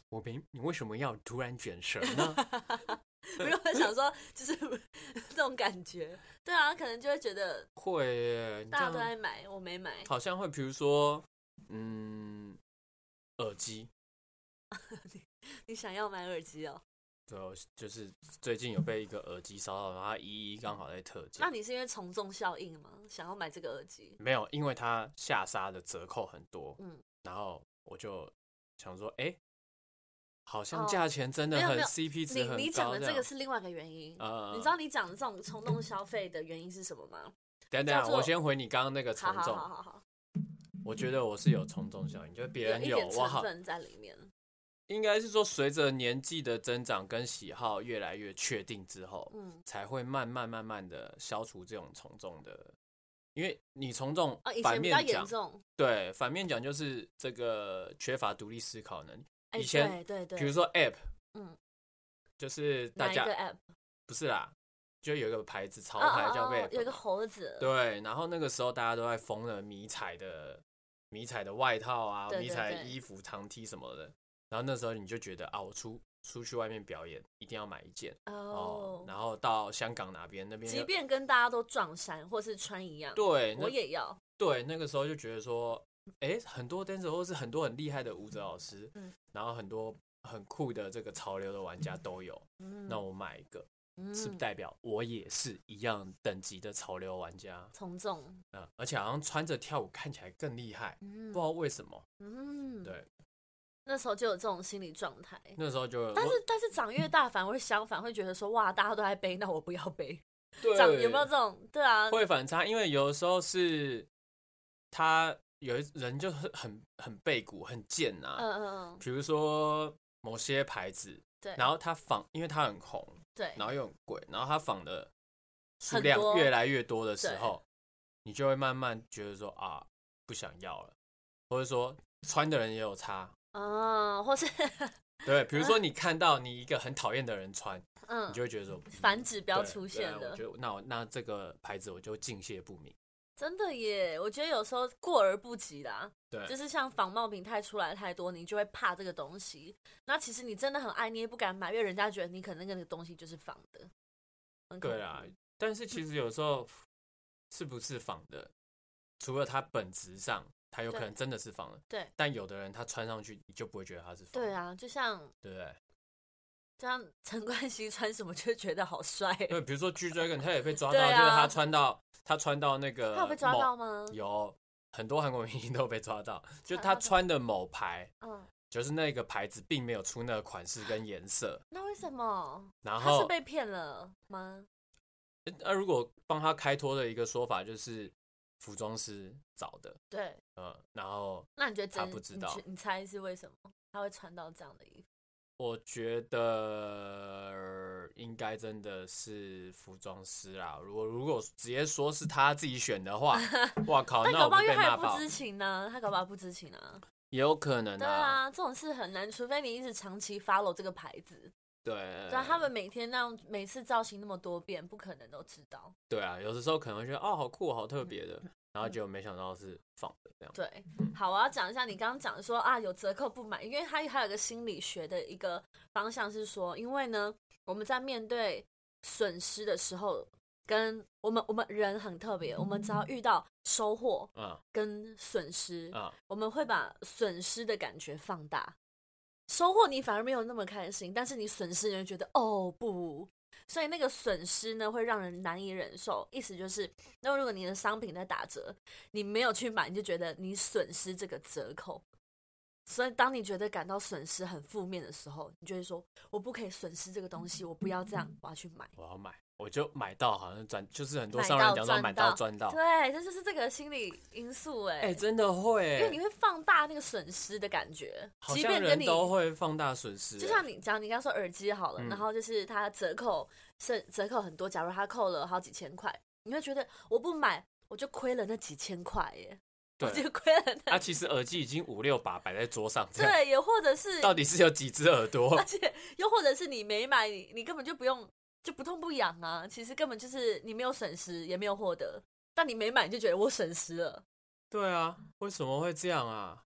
[SPEAKER 1] 我没，你为什么要突然卷舌呢？
[SPEAKER 2] 没有想说，就是这种感觉。对啊，可能就会觉得
[SPEAKER 1] 会耶，
[SPEAKER 2] 大家都在买，我没买。
[SPEAKER 1] 好像会，比如说，嗯，耳机。
[SPEAKER 2] 你你想要买耳机哦？
[SPEAKER 1] 对，就是最近有被一个耳机烧到，然后它一一刚好在特价。
[SPEAKER 2] 那你是因为从众效应吗？想要买这个耳机？
[SPEAKER 1] 没有，因为它下杀的折扣很多，嗯，然后我就想说，哎、欸，好像价钱真的很 C P 值很高。
[SPEAKER 2] 你你讲的这个是另外一个原因，呃、你知道你讲的这种冲动消费的原因是什么吗？
[SPEAKER 1] 等等，我先回你刚刚那个从众。
[SPEAKER 2] 好好好好。
[SPEAKER 1] 我觉得我是有从众效应，就是别人有，
[SPEAKER 2] 有一点成分在里面。
[SPEAKER 1] 应该是说，随着年纪的增长跟喜好越来越确定之后，嗯，才会慢慢慢慢的消除这种从众的。因为你从众，反面讲，哦、对，反面讲就是这个缺乏独立思考能力。
[SPEAKER 2] 欸、
[SPEAKER 1] 以前，
[SPEAKER 2] 对对对，
[SPEAKER 1] 比如说 App， 嗯，就是大家
[SPEAKER 2] 哪一个 App？
[SPEAKER 1] 不是啦，就有一个牌子潮牌叫 App，、哦哦、
[SPEAKER 2] 有一个猴子。
[SPEAKER 1] 对，然后那个时候大家都在疯了迷彩的迷彩的外套啊，
[SPEAKER 2] 对对对，
[SPEAKER 1] 迷彩的衣服、长 T 什么的。然后那时候你就觉得啊，我出出去外面表演一定要买一件
[SPEAKER 2] oh,
[SPEAKER 1] 哦，然后到香港哪边那边，
[SPEAKER 2] 即便跟大家都撞衫或是穿一样，
[SPEAKER 1] 对，
[SPEAKER 2] 我也要。
[SPEAKER 1] 对，那个时候就觉得说，哎，很多 dancer 或是很多很厉害的舞者老师，嗯，然后很多很酷的这个潮流的玩家都有，嗯，那我买一个，嗯、是不是代表我也是一样等级的潮流玩家？
[SPEAKER 2] 从众，
[SPEAKER 1] 嗯，而且好像穿着跳舞看起来更厉害，嗯、不知道为什么，嗯，对。
[SPEAKER 2] 那时候就有这种心理状态，
[SPEAKER 1] 那时候就，
[SPEAKER 2] 但是但是长越大反而会相反，会觉得说哇，大家都在背，那我不要背。
[SPEAKER 1] 对，
[SPEAKER 2] 长有没有这种？对啊，
[SPEAKER 1] 会反差，因为有的时候是他有人就很很很背骨很贱啊，嗯嗯嗯，比如说某些牌子，对，然后他仿，因为他很红，
[SPEAKER 2] 对，
[SPEAKER 1] 然后又很贵，然后他仿的数量越来越多的时候，你就会慢慢觉得说啊，不想要了，或者说穿的人也有差。
[SPEAKER 2] 哦，或是
[SPEAKER 1] 对，比如说你看到你一个很讨厌的人穿，嗯，你就会觉得说
[SPEAKER 2] 反指标出现了。
[SPEAKER 1] 我觉得那我那这个牌子我就敬谢不敏。
[SPEAKER 2] 真的耶，我觉得有时候过而不及啦。
[SPEAKER 1] 对，
[SPEAKER 2] 就是像仿冒品太出来太多，你就会怕这个东西。那其实你真的很爱，你也不敢买，因为人家觉得你可能那个东西就是仿的。
[SPEAKER 1] 对啊，但是其实有时候是不是仿的，除了它本质上。他有可能真的是仿的，
[SPEAKER 2] 对，
[SPEAKER 1] 但有的人他穿上去，你就不会觉得他是仿的。
[SPEAKER 2] 对啊，就像，
[SPEAKER 1] 对不对？
[SPEAKER 2] 就像陈冠希穿什么就觉得好帅。
[SPEAKER 1] 对，比如说 G-Dragon， 他也被抓到，啊、就是他穿到他穿到那个，
[SPEAKER 2] 他有被抓到吗？
[SPEAKER 1] 有很多韩国明星都有被抓到，就他穿的某牌，嗯，就是那个牌子并没有出那个款式跟颜色。
[SPEAKER 2] 那为什么？
[SPEAKER 1] 然后
[SPEAKER 2] 他是被骗了吗？
[SPEAKER 1] 那、啊、如果帮他开脱的一个说法就是。服装师找的，
[SPEAKER 2] 对，
[SPEAKER 1] 嗯，然后
[SPEAKER 2] 那你觉得
[SPEAKER 1] 他不知道？
[SPEAKER 2] 你, 你猜是为什么他会穿到这样的衣服？
[SPEAKER 1] 我觉得应该真的是服装师啦。如果如果直接说是他自己选的话，哇靠，那
[SPEAKER 2] 搞不好因为他也不知情呢、啊，他搞不好不知情啊，
[SPEAKER 1] 也有可能啊。
[SPEAKER 2] 对啊，这种事很难，除非你一直长期 follow 这个牌子。
[SPEAKER 1] 对，
[SPEAKER 2] 对啊，他们每天那样，每次造型那么多变，不可能都知道。
[SPEAKER 1] 对啊，有的时候可能会觉得哦，好酷，好特别的，嗯、然后就没想到是仿的这样。
[SPEAKER 2] 对，好，我要讲一下你刚刚讲说啊，有折扣不买，因为它还有个心理学的一个方向是说，因为呢，我们在面对损失的时候，跟我们我们人很特别，我们只要遇到收获跟损失，嗯、我们会把损失的感觉放大。收获你反而没有那么开心，但是你损失人觉得哦不，所以那个损失呢会让人难以忍受。意思就是，那如果你的商品在打折，你没有去买，你就觉得你损失这个折扣。所以当你觉得感到损失很负面的时候，你就会说我不可以损失这个东西，我不要这样，我要去买，
[SPEAKER 1] 我要买。我就买到，好像赚，就是很多商人讲说买到赚到，
[SPEAKER 2] 对，这就是这个心理因素哎、欸，
[SPEAKER 1] 哎、欸，真的会、欸，
[SPEAKER 2] 因为你会放大那个损失的感觉，
[SPEAKER 1] 即便人都会放大损失、欸。
[SPEAKER 2] 就像你讲，你刚说耳机好了，嗯、然后就是它折扣是折扣很多，假如它扣了好几千块，你会觉得我不买我就亏了那几千块耶。
[SPEAKER 1] 对，
[SPEAKER 2] 我就亏了那。
[SPEAKER 1] 啊，其实耳机已经五六把摆在桌上，
[SPEAKER 2] 对，也或者是
[SPEAKER 1] 到底是有几只耳朵？
[SPEAKER 2] 而且又或者是你没买，你你根本就不用。就不痛不痒啊，其实根本就是你没有损失，也没有获得，但你没买你就觉得我损失了。
[SPEAKER 1] 对啊，为什么会这样啊？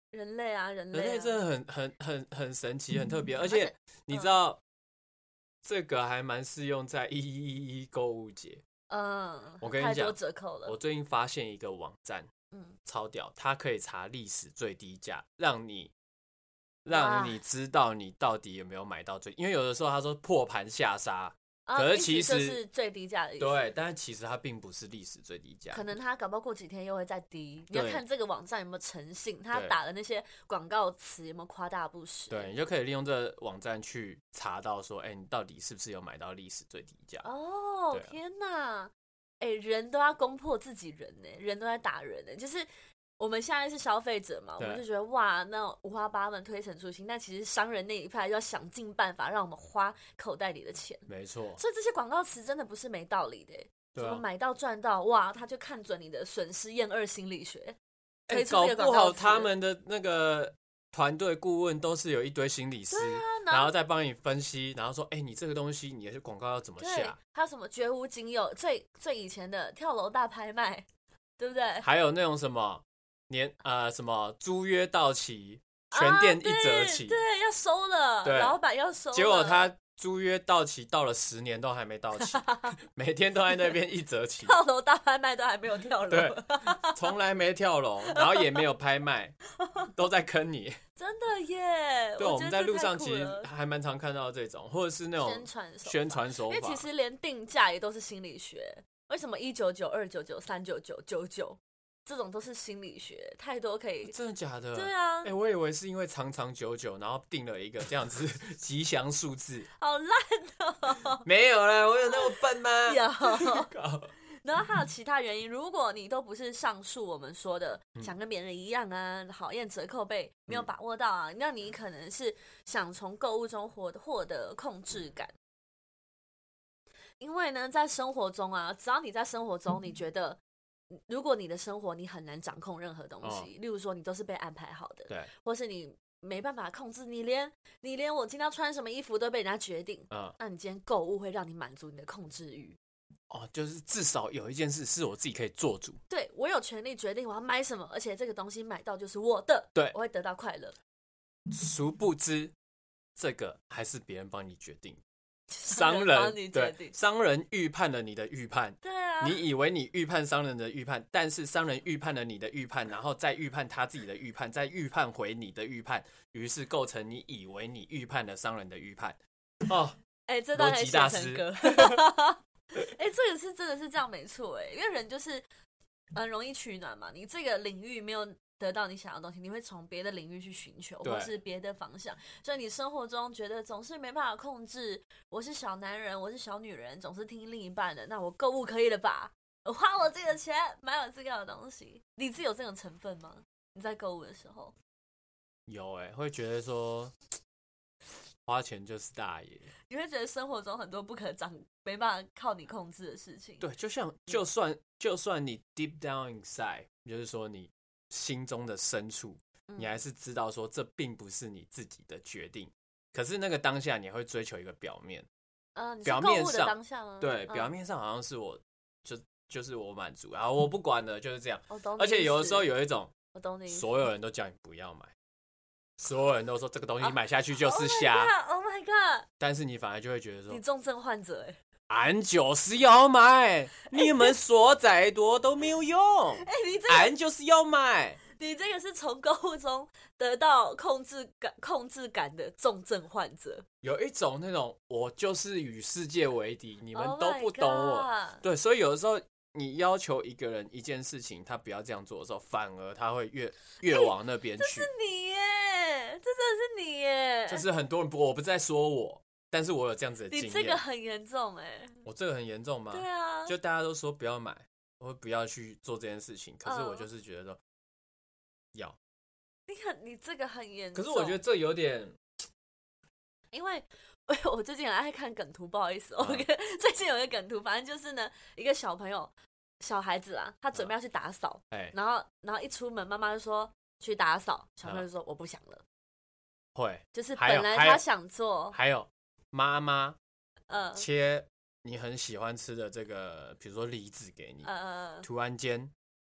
[SPEAKER 2] 人类啊，人类、啊，
[SPEAKER 1] 人类真的很很很很神奇，很特别，而且你知道、嗯、这个还蛮适用在一一一购物节。
[SPEAKER 2] 嗯，
[SPEAKER 1] 我跟你讲，
[SPEAKER 2] 太多折扣了。
[SPEAKER 1] 我最近发现一个网站，嗯，超屌，它可以查历史最低价，让你让你知道你到底有没有买到最，因为有的时候他说破盘下杀。可是其实
[SPEAKER 2] 是最低价的意思，
[SPEAKER 1] 对，但是其实它并不是历史最低价，
[SPEAKER 2] 可能它搞不好过几天又会再低。你要看这个网站有没有诚信，它打的那些广告词有没有夸大不实。
[SPEAKER 1] 对，你就可以利用这个网站去查到说，哎、欸，你到底是不是有买到历史最低价？
[SPEAKER 2] 哦，啊、天哪！哎、欸，人都要攻破自己人呢、欸，人都在打人呢、欸，就是。我们现在是消费者嘛，我们就觉得哇，那五花八门，推陈出新。但其实商人那一派要想尽办法让我们花口袋里的钱。
[SPEAKER 1] 没错。
[SPEAKER 2] 所以这些广告词真的不是没道理的、欸。什么买到赚到，哇，他就看准你的损失厌恶心理学，推出这个广告词、欸、搞不好
[SPEAKER 1] 他们的那个团队顾问都是有一堆心理师，啊、然, 然后再帮你分析，然后说，哎、欸，你这个东西你的广告要怎么下？
[SPEAKER 2] 还有什么绝无仅有，最最以前的跳楼大拍卖，对不对？
[SPEAKER 1] 还有那种什么。年呃什么租约到期，全店一折起，
[SPEAKER 2] 啊、对, 对，要收了，老板要收了。
[SPEAKER 1] 结果他租约到期到了十年都还没到期，每天都在那边一折起，
[SPEAKER 2] 跳楼大拍卖都还没有跳楼，
[SPEAKER 1] 对，从来没跳楼，然后也没有拍卖，都在坑你。
[SPEAKER 2] 真的耶！
[SPEAKER 1] 对，我, 我们在路上其实还蛮常看到这种，或者是那种
[SPEAKER 2] 宣传手
[SPEAKER 1] 宣传手法，
[SPEAKER 2] 因为其实连定价也都是心理学。为什么一九九、二九九、三九九、九九？这种都是心理学，太多可以。
[SPEAKER 1] 真的假的？
[SPEAKER 2] 对啊，
[SPEAKER 1] 哎、欸，我以为是因为长长久久，然后定了一个这样子吉祥数字。
[SPEAKER 2] 好烂哦！
[SPEAKER 1] 没有啦，我有那么笨吗？
[SPEAKER 2] 有。然后还有其他原因，如果你都不是上述我们说的，嗯、想跟别人一样啊，讨厌折扣被没有把握到啊，嗯、那你可能是想从购物中获获得控制感。因为呢，在生活中啊，只要你在生活中，你觉得。如果你的生活你很难掌控任何东西，哦、例如说你都是被安排好的，
[SPEAKER 1] 对，
[SPEAKER 2] 或是你没办法控制，你连你连我今天要穿什么衣服都被人家决定，嗯，那你今天购物会让你满足你的控制欲。
[SPEAKER 1] 哦，就是至少有一件事是我自己可以做主，
[SPEAKER 2] 对，我有权利决定我要买什么，而且这个东西买到就是我的，
[SPEAKER 1] 对，
[SPEAKER 2] 我会得到快乐。
[SPEAKER 1] 殊不知，这个还是别人帮你决定。商人对商人预判了你的预判，
[SPEAKER 2] 对啊，
[SPEAKER 1] 你以为你预判商人的预判，但是商人预判了你的预判，然后再预判他自己的预判，再预判回你的预判，于是构成你以为你预判了商人的预判。哦，
[SPEAKER 2] 哎、欸，这段可以写成歌。哎、欸，这个是真的是这样没错哎，因为人就是很容易取暖嘛，你这个领域没有得到你想要的东西，你会从别的领域去寻求，或是别的方向。所以你生活中觉得总是没办法控制，我是小男人，我是小女人，总是听另一半的，那我购物可以了吧？我花我自己的钱买我自己要的东西，你自己有这种成分吗？你在购物的时候
[SPEAKER 1] 有哎、欸，会觉得说花钱就是大爷，
[SPEAKER 2] 你会觉得生活中很多不可掌没办法靠你控制的事情。
[SPEAKER 1] 对，就像就算、嗯、就算你 deep down inside， 就是说你心中的深处，你还是知道说这并不是你自己的决定，可是那个当下你会追求一个表面，
[SPEAKER 2] 呃，你是
[SPEAKER 1] 表面
[SPEAKER 2] 购物的当下吗？
[SPEAKER 1] 对，
[SPEAKER 2] 嗯、
[SPEAKER 1] 表面上好像是我就就是我满足啊，我不管了，就是这样。
[SPEAKER 2] 我懂你，
[SPEAKER 1] 而且有的时候有一种，
[SPEAKER 2] 我懂你，
[SPEAKER 1] 所有人都叫你不要买，所有人都说这个东西买下去就是瞎
[SPEAKER 2] ，Oh my god！
[SPEAKER 1] 但是你反而就会觉得说，
[SPEAKER 2] 你重症患者哎、欸。
[SPEAKER 1] 俺就是要买，你们说再多都没有用。
[SPEAKER 2] 哎、欸，你这
[SPEAKER 1] 俺就是要买。
[SPEAKER 2] 你这个是从购物中得到控制感、控制感的重症患者。
[SPEAKER 1] 有一种那种，我就是与世界为敌，你们都不懂我。Oh、对，所以有的时候你要求一个人一件事情，他不要这样做的时候，反而他会越越往那边去。
[SPEAKER 2] 欸、这是你耶，这真的是你耶。
[SPEAKER 1] 这是很多人不，我不在说我。但是我有这样子的经验，
[SPEAKER 2] 你这个很严重哎！
[SPEAKER 1] 我这个很严重吗？
[SPEAKER 2] 对啊，
[SPEAKER 1] 就大家都说不要买，我不要去做这件事情，可是我就是觉得说、嗯、要。
[SPEAKER 2] 你很，你这个很严
[SPEAKER 1] 重。可是我觉得这有点，
[SPEAKER 2] 因为我最近很爱看梗图，不好意思，我、嗯、最近有一个梗图，反正就是呢，一个小朋友、小孩子啊，他准备要去打扫，嗯、然后然后一出门，妈妈就说去打扫，小朋友就说、嗯、我不想了，
[SPEAKER 1] 会，
[SPEAKER 2] 就是本来他想做，
[SPEAKER 1] 还有。妈妈，
[SPEAKER 2] 嗯，
[SPEAKER 1] 切你很喜欢吃的这个，比如说梨子给你，
[SPEAKER 2] 嗯，
[SPEAKER 1] 突然间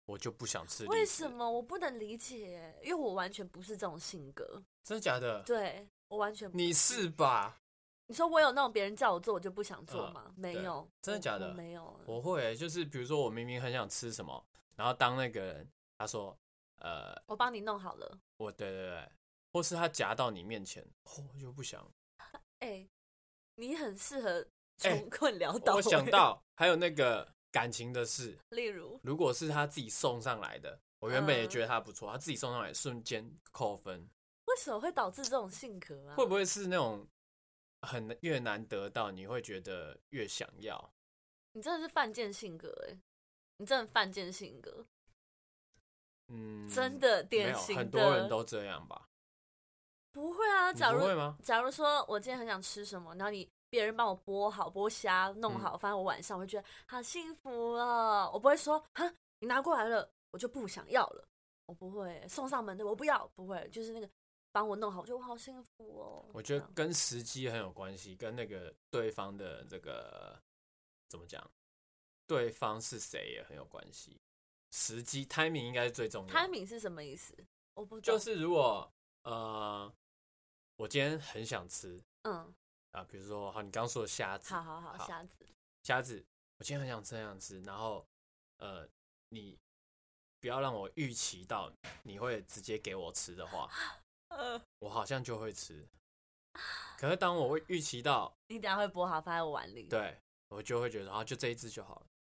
[SPEAKER 1] 我就不想吃梨子。
[SPEAKER 2] 为什么？我不能理解，因为我完全不是这种性格。
[SPEAKER 1] 真的假的？
[SPEAKER 2] 对，我完全不是。
[SPEAKER 1] 你是吧？
[SPEAKER 2] 你说我有那种别人叫我做我就不想做吗？呃、没有。
[SPEAKER 1] 真的假的？
[SPEAKER 2] 我, 我没有。
[SPEAKER 1] 我会、欸，就是比如说我明明很想吃什么，然后当那个人他说，呃，
[SPEAKER 2] 我帮你弄好了。
[SPEAKER 1] 我对对对，或是他夹到你面前，哦、我就不想。
[SPEAKER 2] 哎、欸，你很适合穷困潦倒、欸。
[SPEAKER 1] 我想到还有那个感情的事，
[SPEAKER 2] 例如，
[SPEAKER 1] 如果是他自己送上来的，我原本也觉得他不错，嗯、他自己送上来瞬间扣分。
[SPEAKER 2] 为什么会导致这种性格啊？
[SPEAKER 1] 会不会是那种很越难得到，你会觉得越想要？
[SPEAKER 2] 你真的是犯贱性格哎、欸！你真的犯贱性格。
[SPEAKER 1] 嗯，
[SPEAKER 2] 真的典型的，
[SPEAKER 1] 很多人都这样吧？
[SPEAKER 2] 不会啊，假如
[SPEAKER 1] 不会吗？
[SPEAKER 2] 假如说我今天很想吃什么，然后你别人帮我剥好剥虾弄好，反正、嗯、我晚上我会觉得好幸福哦。我不会说哈，你拿过来了，我就不想要了。我不会送上门的，我不要，不会，就是那个帮我弄好，我觉得我好幸福哦。
[SPEAKER 1] 我觉得跟时机很有关系，跟那个对方的这个怎么讲，对方是谁也很有关系。时机 timing 应该是最重要的。
[SPEAKER 2] timing 是什么意思？我不懂。
[SPEAKER 1] 就是如果呃，我今天很想吃，嗯啊，比如说好，你刚刚说的虾子，
[SPEAKER 2] 好好好，虾子，
[SPEAKER 1] 虾子，我今天很想吃，很想吃，然后呃，你不要让我预期到你会直接给我吃的话，呃，我好像就会吃。可是当我会预期到
[SPEAKER 2] 你等一下会剥好放在我碗里，
[SPEAKER 1] 对，我就会觉得啊，就这一只就好了。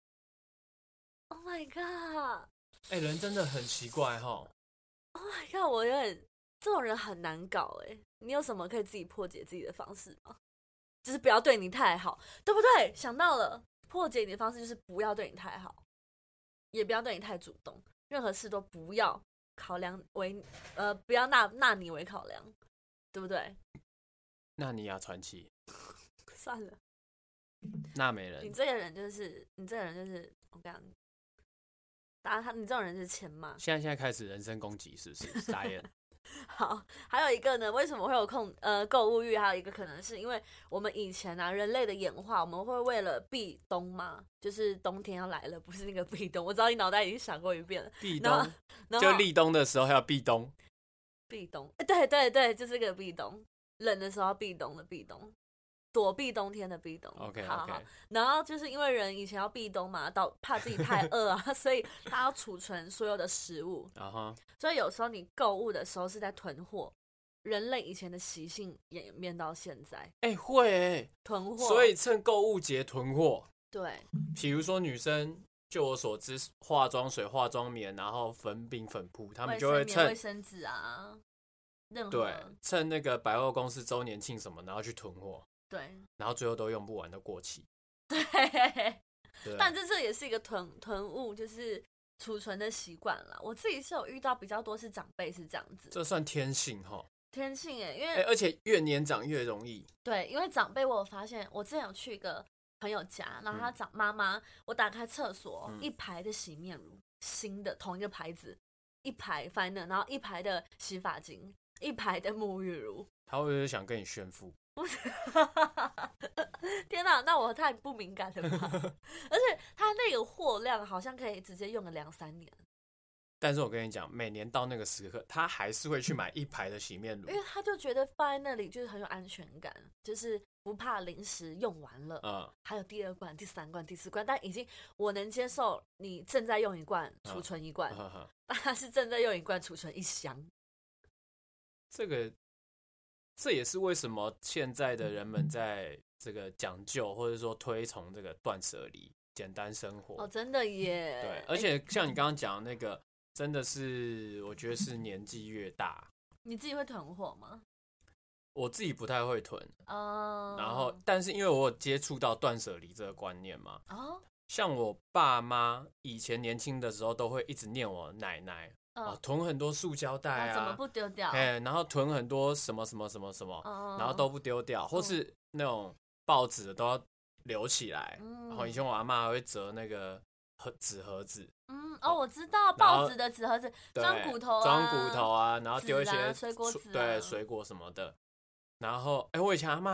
[SPEAKER 2] Oh my god！
[SPEAKER 1] 哎、欸，人真的很奇怪齁。
[SPEAKER 2] Oh my god！ 我有点这种人很难搞哎。你有什么可以自己破解自己的方式吗？就是不要对你太好，对不对？想到了，破解你的方式就是不要对你太好，也不要对你太主动，任何事都不要考量为呃，不要纳纳你为考量，对不对？
[SPEAKER 1] 纳尼亚传奇。
[SPEAKER 2] 算了。
[SPEAKER 1] 纳美人。
[SPEAKER 2] 你这个人就是，你这个人就是，我跟你讲。打他，你这种人是欠骂。
[SPEAKER 1] 现在现在开始人身攻击是不是？傻眼。
[SPEAKER 2] 好，还有一个呢，为什么会有控呃购物欲？还有一个可能是因为我们以前啊，人类的演化，我们会为了避冬嘛，就是冬天要来了，不是那个避冬。我知道你脑袋已经想过一遍了。
[SPEAKER 1] 避冬，就立冬的时候还要避冬。
[SPEAKER 2] 避冬，对对对，就是个避冬，冷的时候要避冬的避冬。躲避冬天的避冬
[SPEAKER 1] ，OK，
[SPEAKER 2] 好好。然后就是因为人以前要避冬嘛，到怕自己太饿啊，所以他要储存所有的食物。Uh-huh. 所以有时候你购物的时候是在囤货。人类以前的习性演变到现在，
[SPEAKER 1] 哎、欸，会哎、欸，
[SPEAKER 2] 囤货，
[SPEAKER 1] 所以趁购物节囤货。
[SPEAKER 2] 对，
[SPEAKER 1] 比如说女生，就我所知，化妆水、化妆棉，然后粉饼、粉扑，他们就会趁
[SPEAKER 2] 卫生纸啊，任何
[SPEAKER 1] 对，趁那个百货公司周年庆什么，然后去囤货。
[SPEAKER 2] 对，
[SPEAKER 1] 然后最后都用不完，都过期。
[SPEAKER 2] 对，对，但这这也是一个囤囤物，就是储存的习惯啦。我自己是有遇到比较多是长辈是这样子，
[SPEAKER 1] 这算天性齁。
[SPEAKER 2] 天性哎，因为、
[SPEAKER 1] 欸、而且越年长越容易。
[SPEAKER 2] 对，因为长辈我有发现，我之前有去一个朋友家，然后他长妈妈、嗯，我打开厕所、嗯、一排的洗面乳，新的同一个牌子，一排放在那，然后一排的洗发精，一排的沐浴乳。
[SPEAKER 1] 他会不会想跟你炫富？
[SPEAKER 2] 不是，天哪，那我太不敏感了吧？而且他那个货量好像可以直接用个两三年。
[SPEAKER 1] 但是我跟你讲，每年到那个时刻，他还是会去买一排的洗面乳，
[SPEAKER 2] 因为他就觉得放在那里就是很有安全感，就是不怕临时用完了。嗯，还有第二罐、第三罐、第四罐，但已经我能接受你正在用一罐，储存一罐，嗯嗯、但他是正在用一罐，储存一箱。
[SPEAKER 1] 这个。这也是为什么现在的人们在这个讲究或者说推崇这个断舍离、简单生活。
[SPEAKER 2] 哦，真的耶！
[SPEAKER 1] 对，而且像你刚刚讲的那个，真的是我觉得是年纪越大。
[SPEAKER 2] 你自己会囤货吗？
[SPEAKER 1] 我自己不太会囤。哦。然后，但是因为我有接触到断舍离这个观念嘛。哦。像我爸妈以前年轻的时候，都会一直念我奶奶。哦，囤很多塑胶袋啊，
[SPEAKER 2] 怎么不丢掉？
[SPEAKER 1] 哎，然后囤很多什么什么什么什么，嗯、然后都不丢掉，或是那种报纸都要留起来。嗯、然后以前我阿嬷还会折那个盒纸盒子。嗯，
[SPEAKER 2] 哦，我知道报纸的纸盒子，装骨头啊，
[SPEAKER 1] 装骨头啊，然后丢一些
[SPEAKER 2] 啊、水果籽、啊，
[SPEAKER 1] 对，水果什么的。然后，哎，我以前阿嬷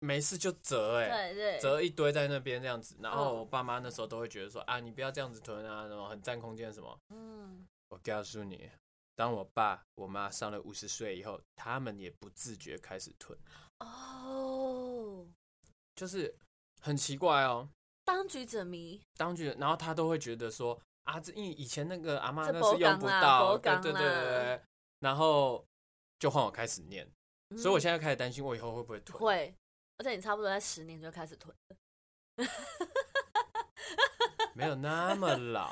[SPEAKER 1] 没事就折哎、
[SPEAKER 2] 欸，对对，
[SPEAKER 1] 折一堆在那边这样子，然后我爸妈那时候都会觉得说、嗯、啊，你不要这样子囤啊，什么很占空间什么。嗯，我告诉你，当我爸我妈上了五十岁以后，他们也不自觉开始囤。哦，就是很奇怪哦。
[SPEAKER 2] 当局者迷，
[SPEAKER 1] 当局，然后他都会觉得说啊，这因为以前那个阿嬷那是用不到，对对对对，然后就换我开始念，嗯、所以我现在开始担心我以后会不会囤。
[SPEAKER 2] 会。而且你差不多在十年就开始囤了，
[SPEAKER 1] 没有那么老。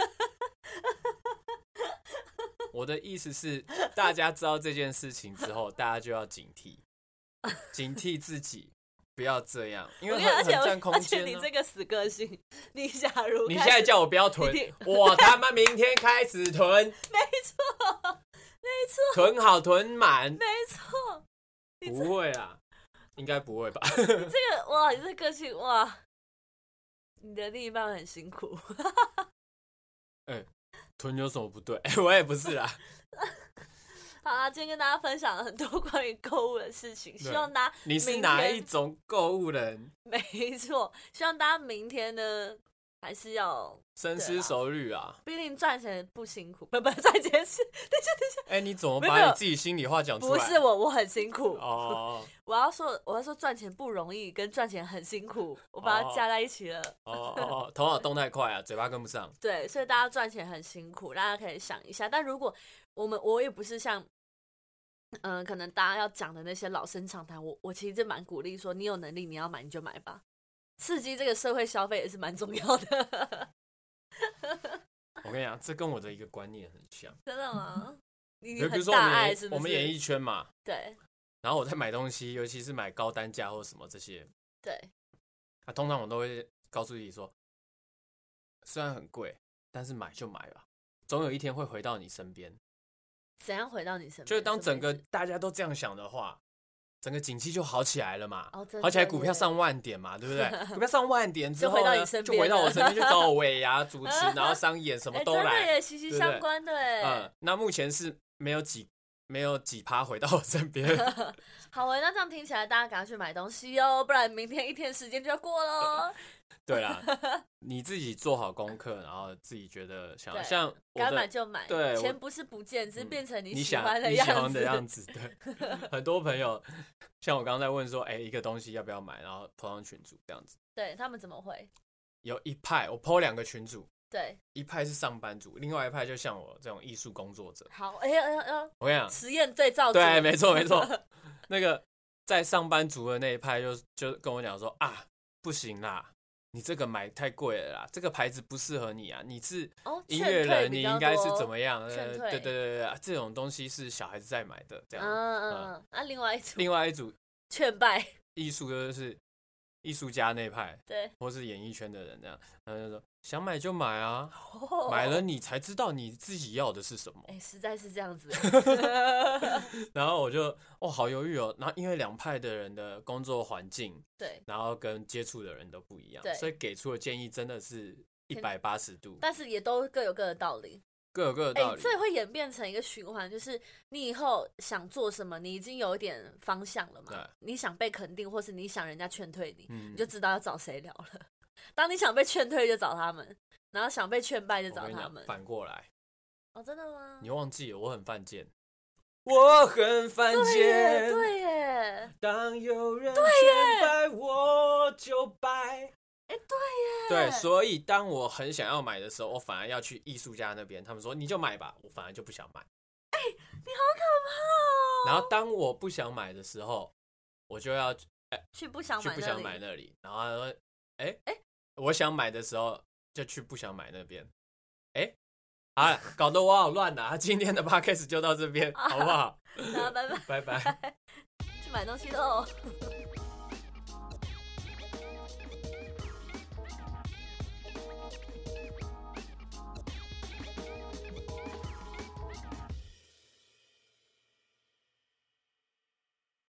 [SPEAKER 1] 我的意思是，大家知道这件事情之后，大家就要警惕，警惕自己不要这样，因为很很占空间、啊。
[SPEAKER 2] 而且你这个死个性，你假如
[SPEAKER 1] 你现在叫我不要囤，我他妈明天开始囤。
[SPEAKER 2] 没错，没错，
[SPEAKER 1] 囤好囤满。
[SPEAKER 2] 没错，
[SPEAKER 1] 不会啦。应该不会吧？
[SPEAKER 2] 你这个哇，你这个性哇，你的另一半很辛苦。
[SPEAKER 1] 哎、欸，囤有什么不对？我也不是啦。
[SPEAKER 2] 好啦，今天跟大家分享了很多关于购物的事情，希望大家
[SPEAKER 1] 你是哪一种购物人？
[SPEAKER 2] 没错，希望大家明天呢还是要
[SPEAKER 1] 深思熟虑啊。
[SPEAKER 2] 毕竟赚钱不辛苦，不不，赚钱是等一下等一下。
[SPEAKER 1] 哎、欸，你怎么把你自己心里话讲出来？
[SPEAKER 2] 不是我，我很辛苦
[SPEAKER 1] 哦。
[SPEAKER 2] 我要说，我要说赚钱不容易，跟赚钱很辛苦，我把它加在一起了。
[SPEAKER 1] 哦哦哦，头脑动太快啊，嘴巴跟不上。
[SPEAKER 2] 对，所以大家赚钱很辛苦，大家可以想一下。但如果我们我也不是像，嗯、呃，可能大家要讲的那些老生常谈，我我其实蛮鼓励说，你有能力你要买你就买吧，刺激这个社会消费也是蛮重要的。
[SPEAKER 1] 我跟你讲，这跟我的一个观念很像。
[SPEAKER 2] 真的吗？你
[SPEAKER 1] 很大爱是不是？我们演艺圈嘛，
[SPEAKER 2] 对。
[SPEAKER 1] 然后我在买东西，尤其是买高单价或什么这些，
[SPEAKER 2] 对，
[SPEAKER 1] 啊，通常我都会告诉自己说，虽然很贵，但是买就买吧，总有一天会回到你身边。
[SPEAKER 2] 怎样回到你身边？
[SPEAKER 1] 就是当整个大家都这样想的话，整个景气就好起来了嘛，
[SPEAKER 2] 哦、
[SPEAKER 1] 好起来股票上万点嘛，对不对？股票上万点之后
[SPEAKER 2] 呢，就回到你身边，
[SPEAKER 1] 就回到我身边，就找我尾牙主持，然后商演什么都来，
[SPEAKER 2] 欸、真的也息息相关的哎。
[SPEAKER 1] 嗯，那目前是没有几。没有几趴回到我身边。
[SPEAKER 2] 好欸，那这样听起来大家赶快去买东西哦，不然明天一天时间就要过了。
[SPEAKER 1] 对啦，你自己做好功课，然后自己觉得想像
[SPEAKER 2] 该买就买，
[SPEAKER 1] 对，
[SPEAKER 2] 钱不是不见，只是变成
[SPEAKER 1] 你
[SPEAKER 2] 喜欢的样子。
[SPEAKER 1] 你喜欢的样子，对。很多朋友像我刚刚在问说，哎、欸，一个东西要不要买，然后 po 上群组这样子。
[SPEAKER 2] 对，他们怎么会？
[SPEAKER 1] 有一派我 po 两个群组。
[SPEAKER 2] 对，
[SPEAKER 1] 一派是上班族，另外一派就像我这种艺术工作者。
[SPEAKER 2] 好，哎呀哎呀，
[SPEAKER 1] 我跟你讲，
[SPEAKER 2] 实验对照组。
[SPEAKER 1] 对，没错没错。那个在上班族的那一派就就跟我讲说啊，不行啦，你这个买太贵了啦，这个牌子不适合你啊，你是音乐人，你应该是怎么样？对对对对对，这种东西是小孩子在买的，这样。
[SPEAKER 2] 嗯嗯。那、啊、另外一组，
[SPEAKER 1] 另外一组
[SPEAKER 2] 劝败
[SPEAKER 1] 艺术就是艺术家那派，
[SPEAKER 2] 对，
[SPEAKER 1] 或是演艺圈的人这样，他就说想买就买啊，哦、买了你才知道你自己要的是什么。
[SPEAKER 2] 哎、欸，实在是这样子。
[SPEAKER 1] 然后我就哦好犹豫哦，然后因为两派的人的工作环境，
[SPEAKER 2] 对，
[SPEAKER 1] 然后跟接触的人都不一样，
[SPEAKER 2] 对，
[SPEAKER 1] 所以给出的建议真的是一百八十度，
[SPEAKER 2] 但是也都各有各的道理。
[SPEAKER 1] 各有各的道理，
[SPEAKER 2] 欸、这会演变成一个循环，就是你以后想做什么，你已经有一点方向了嘛。你想被肯定，或是你想人家劝退你，嗯、你就知道要找谁聊了。当你想被劝退，就找他们；然后想被劝败，就找他们。
[SPEAKER 1] 反过来，
[SPEAKER 2] 哦，真的吗？
[SPEAKER 1] 你忘记了，我很犯贱，我很犯贱，
[SPEAKER 2] 对耶。
[SPEAKER 1] 当有人劝败，我就败。
[SPEAKER 2] 哎、欸，对耶，
[SPEAKER 1] 对，所以当我很想要买的时候，我反而要去艺术家那边，他们说你就买吧，我反而就不想买。
[SPEAKER 2] 哎、欸，你好可怕哦！
[SPEAKER 1] 然后当我不想买的时候，我就要、欸、
[SPEAKER 2] 去不想买
[SPEAKER 1] 去不想买那里，然后他说，哎、欸、哎、欸，我想买的时候就去不想買那邊。哎、欸，啊，搞得我好亂啊！今天的 podcast 就到這邊，好不好？
[SPEAKER 2] 好，拜拜，
[SPEAKER 1] 拜拜，
[SPEAKER 2] 去買東西嘍。